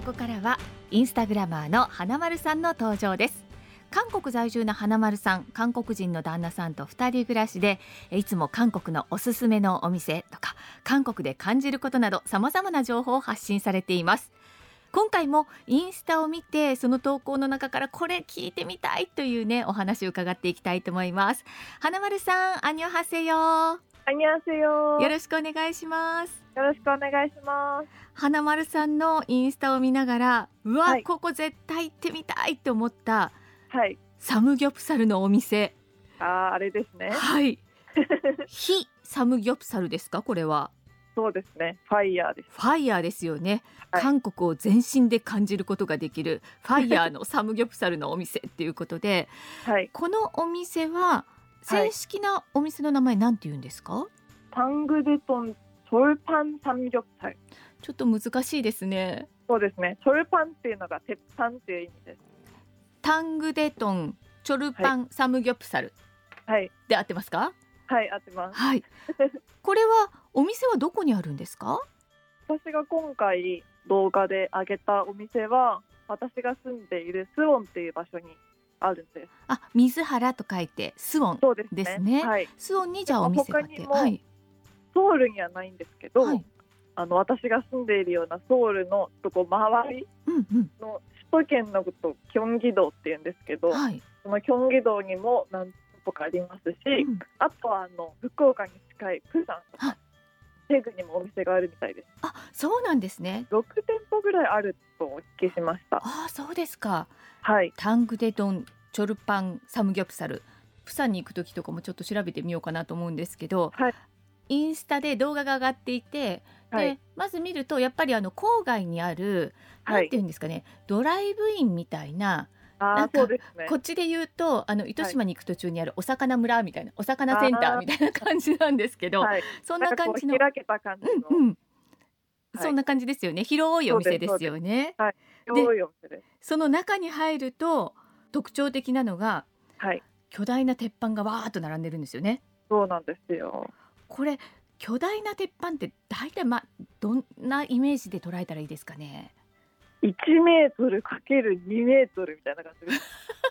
こからはインスタグラマーの花丸さんの登場です。韓国在住の花丸さん、韓国人の旦那さんと2人暮らしで、いつも韓国のおすすめのお店とか韓国で感じることなど様々な情報を発信されています。今回もインスタを見て、その投稿の中からこれ聞いてみたいというね、お話を伺っていきたいと思います。花丸さん、アンニョハセヨ。 アンニョハセヨ。 よろしくお願いします。 よろしくお願いします。 花丸さんのインスタを見ながら、 はい、 ここ絶対行ってみたいと思った、 はい、 サムギョプサルのお店。 あれですね。 はい非サムギョプサルですか、これは。 そうですね、ファイヤーです。 ファイヤーですよね、 はい、 韓国を全身で感じることができるファイヤーのサムギョプサルのお店っていうことで、 はい、 このお店は正式なお店の名前なんて言うんですか？ タングデトンチョルパンサムギョプサル。 ちょっと難しいですね。 そうですね、チョルパンっていうのが鉄板っていう意味です。 タングデトンチョルパンサムギョプサル、 はい、 で合ってますか？ はい、合ってます。 はいこれはお店はどこにあるんですか？ 私が今回動画で上げたお店は、私が住んでいるスウォンっていう場所にあるんです。 水原と書いてスウォンですね。 はい、 スウォンにじゃあお店があって、 他にもソウルにはないんですけど、 はい、 私が住んでいるようなソウルの周りの首都圏のことキョンギ道っていうんですけど、 はい、 そのキョンギ道にも何とかありますし、あとは福岡に近いプサンとかテグにもお店があるみたいです。 そうなんですね。 6店舗ぐらいあるとお聞きしました。 そうですか。 はい、 タングデドンチョルパンサムギョプサル、プサンに行く時とかもちょっと調べてみようかなと思うんですけど、 はい、 インスタで動画が上がっていて、でまず見るとやっぱり郊外にある、なんていうんですかね、ドライブインみたいな、なんかそうですね、 こっちで言うと糸島に行く途中にあるお魚村みたいな、お魚センターみたいな感じなんですけど、そんな感じの開けた感じの、 そんな感じですよね。広いお店ですよね。 広いお店です。 その中に入ると特徴的なのが、巨大な鉄板がわーっと並んでるんですよね。 そうなんですよ。 これ巨大な鉄板って大体どんなイメージで捉えたらいいですかね。 1メートルかける2メートルみたいな感じです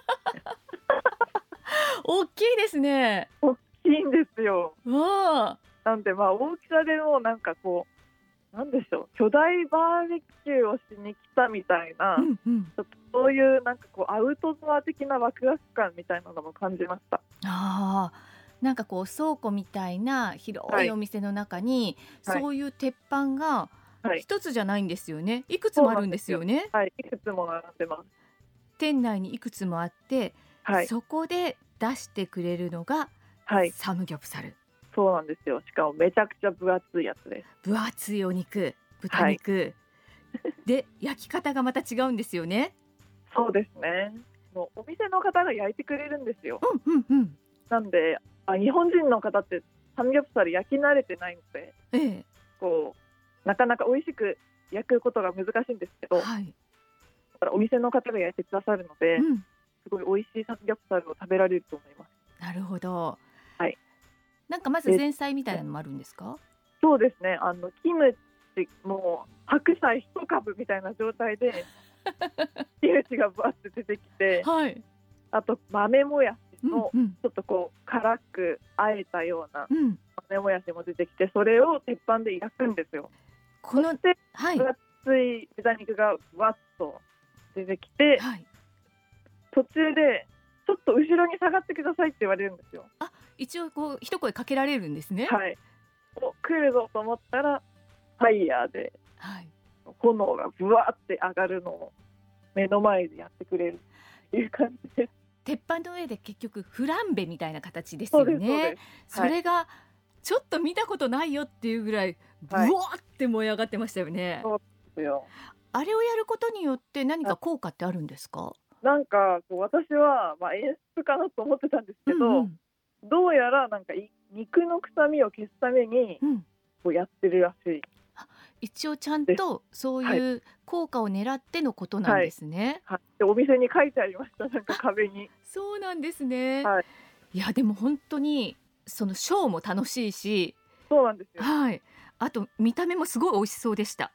大きいですね。 大きいんですよ。なんで大きさでもなんでしょう、巨大バーベキューをしに来たみたいな、ちょっとそういうアウトドア的なワクワク感みたいなのも感じました。 なんか倉庫みたいな広いお店の中に、そういう鉄板が一つじゃないんですよね。いくつもあるんですよね。 いくつも並んでます。 店内にいくつもあって、そこで出してくれるのが、サムギョプサル。 そうなんですよ。しかもめちゃくちゃ分厚いやつです。 分厚いお肉、豚肉、で焼き方がまた違うんですよね。 そうですね。もうお店の方が焼いてくれるんですよ。なんで日本人の方ってサムギョプサル焼き慣れてないので、なかなか美味しく焼くことが難しいんですけど、だからお店の方が焼いてくださるので、すごい美味しいサムギョプサルを食べられると思います。 なるほど。 なんかまず前菜みたいなのもあるんですか？ そうですね、キムチも白菜1株みたいな状態でキムチがバッて出てきて、あと豆もやしのちょっと辛くあえたような豆もやしも出てきて、それを鉄板で焼くんですよ。そして分厚い豚肉がわっと出てきて、途中でちょっと後ろに下がってくださいって言われるんですよ。 一応一声かけられるんですね。 来るぞと思ったらファイヤーで炎がブワーって上がるのを目の前でやってくれるっていう感じです。 鉄板の上で結局フランベみたいな形ですよね。それがちょっと見たことないよっていうぐらいブワーって燃え上がってましたよね。 そうですよ。 あれをやることによって何か効果ってあるんですか？ 私は演出かなと思ってたんですけど、どうやら肉の臭みを消すためにやってるらしい。 一応ちゃんとそういう効果を狙ってのことなんですね。 でお店に書いてありました、壁に。 そうなんですね。いやでも本当にそのショーも楽しいし、 そうなんですよ。 あと見た目もすごい美味しそうでした。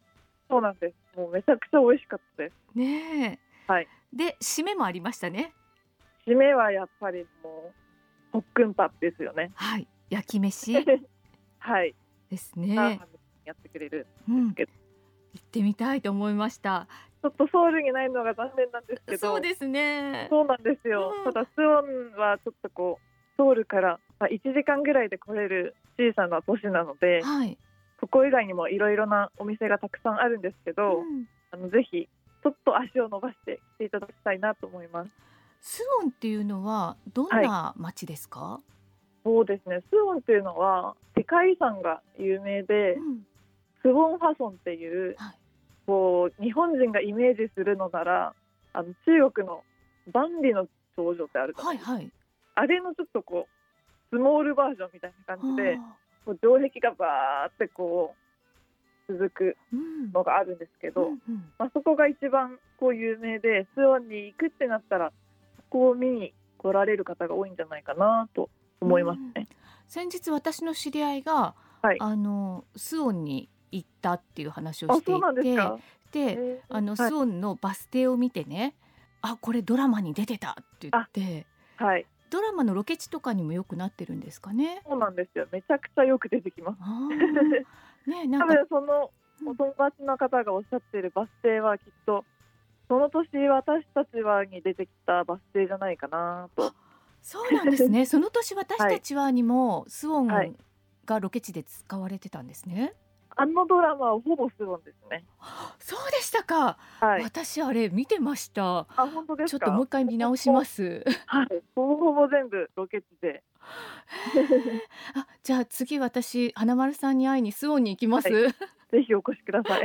そうなんです。もうめちゃくちゃ美味しかったですねえ。はい。 で締めもありましたね。 締めはやっぱりもうポックンパですよね。 はい、焼き飯はいですチャーね。 ハンやってくれるうん、 んですけど、 行ってみたいと思いました。 ちょっとソウルにないのが残念なんですけど、 そうですね。 そうなんですよ。 うん、 ただスウォンはちょっとソウルから、1時間ぐらいで来れる小さな都市なので、 はい。 ここ以外にもいろいろなお店がたくさんあるんですけど、 うん、 ぜひちょっと足を伸ばして来ていただきたいなと思います。 スウォンっていうのはどんはい、 な街ですか？ そうですね。スウォンっていうのは世界遺産が有名で、 うん、 スウォンファソンっていう、 はい。 日本人がイメージするのなら、中国の万里の長城ってあるじゃないですか。 はいはい。 あれのちょっとスモールバージョンみたいな感じで、 あ城壁がバーって続くー、うん、 のがあるんですけど、 うんうん。 そこが一番有名で、スウォンに行くってなったらそこを見に来られる方が多いんじゃないかなと思いますね。 先日私の知り合いがはい。 スウォンに行ったっていう話をあ、 していそうなんですて、 か。 ではい。 スウォンのバス停を見てね、あ、これドラマに出てたって言っあ、 て、 はい。 ドラマのロケ地とかにもよくなってるんですかね。 そうなんですよ。めちゃくちゃよく出てきます。 ああ、ね、なんか、 多分そのうん、 お友達の方がおっしゃっているバス停はきっとその年私たちはに出てきたバス停じゃないかなと。 あ、そうなんですね。その年私はい。 たちはにもスウォはい。 ンがロケ地で使われてたんですね。 あのドラマはほぼスウォンですね。 そうでしたか。 はい。 私あれ見てました。 あ、本当ですちょっともうか。 一回見直しほぼます。 はい。ほぼほぼ全部ロケ地で。 あ、じゃあ次私花丸さんに会いにスウォンに行きまはい。 す。 ぜひお越しください。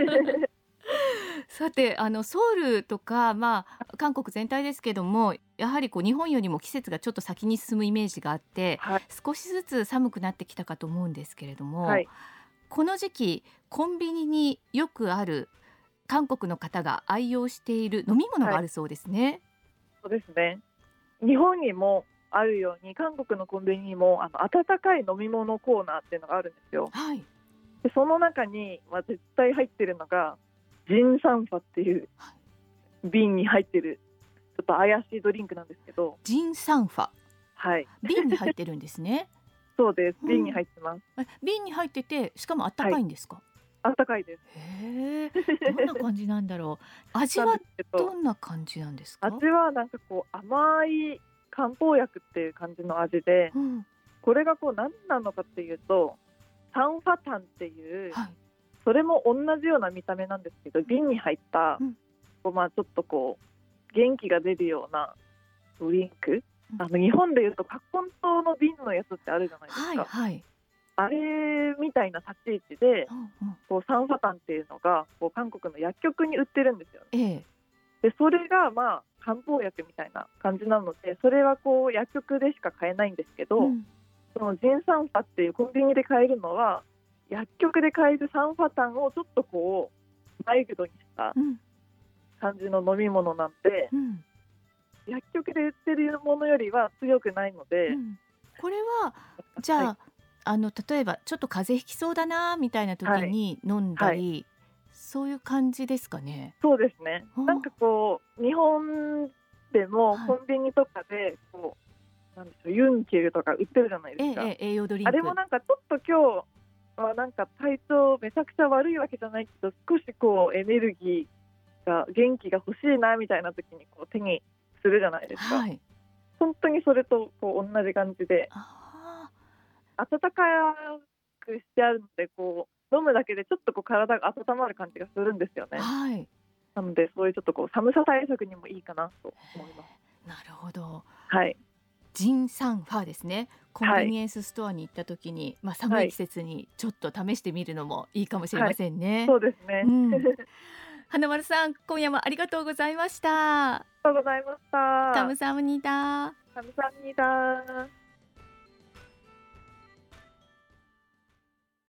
さてソウルとか、韓国全体ですけども、やはり日本よりも季節がちょっと先に進むイメージがあって、 はい。 少しずつ寒くなってきたかと思うんですけれども、 はい。 この時期コンビニによくある韓国の方が愛用している飲み物はい。 があるそうですね。 そうですね。日本にもあるように韓国のコンビニにも温かい飲み物コーナーっていうのがあるんですよ。 はい。 でその中に、絶対入ってるのがジンサンファっていうはい、 瓶に入ってるちょっと怪しいドリンクなんですけど、 ジンサンファ、 はい。 瓶に入ってるんですね。 そうです。 う瓶にん、 入ってます。 瓶に入ってて、しかもあったはい。 かいんですか？ あったかいです。 へえ、どんな感じなんだろう。味はなんですけど、 どんな感じなんですか？ 味はなんか甘い漢方薬っていう感じの味で、 うん、 これが何なのかっていうと、サンファタンっていう、 はい。 それも同じような見た目なんですけど、瓶に入ったうん、 ちょっと元気が出るようなドリンク、 うん、 日本でいうと葛根湯の瓶のやつってあるじゃないですか。 はいはい。 あれみたいな立ち位置で、 うんうん、 サンファタンっていうのが韓国の薬局に売ってるんですよね。 ええ、 でそれが漢方薬みたいな感じなので、それは薬局でしか買えないんですけど、 うん、 そのジンサンファっていうコンビニで買えるのは薬局で買えるサンファタンをちょっとマイルドにしたうん、 感じの飲み物なんで、 うん、 薬局で売ってるものよりは強くないので、 うん。これはじはい、 ゃあ、例えばちょっと風邪ひきそうだなみたいな時はい、 に飲んだはい、 り、そういう感じですかね。 そうですね。 あなんか日本でもはい。 コンビニとかでなんでしょう、ユンケルとか売ってるじゃないですか。 栄養ドリあれもンク。 なんかちょっと今日はなんか体調めちゃくちゃ悪いわけじゃないけど、少しエネルギーが元気が欲しいなみたいな時に手にするじゃないですか。 はい。 本当にそれと同じ感じで、 あ温かくしてあるので飲むだけでちょっと体が温まる感じがするんですよあ、 ね。 はい。 なのでそういうちょっと寒さ対策にもいいかなと思います。 なるほど。 はい。 ジンサンファですね。コンはい。 ビニエンスストアに行った時に、寒い季はい。 節にちょっと試してみるのもいいかもしれまはい。 せんね。 そうですね。 うん。花丸さん、今夜もありがとうございました。 ありがとうございました。 カムサムニダ。 감사합니다.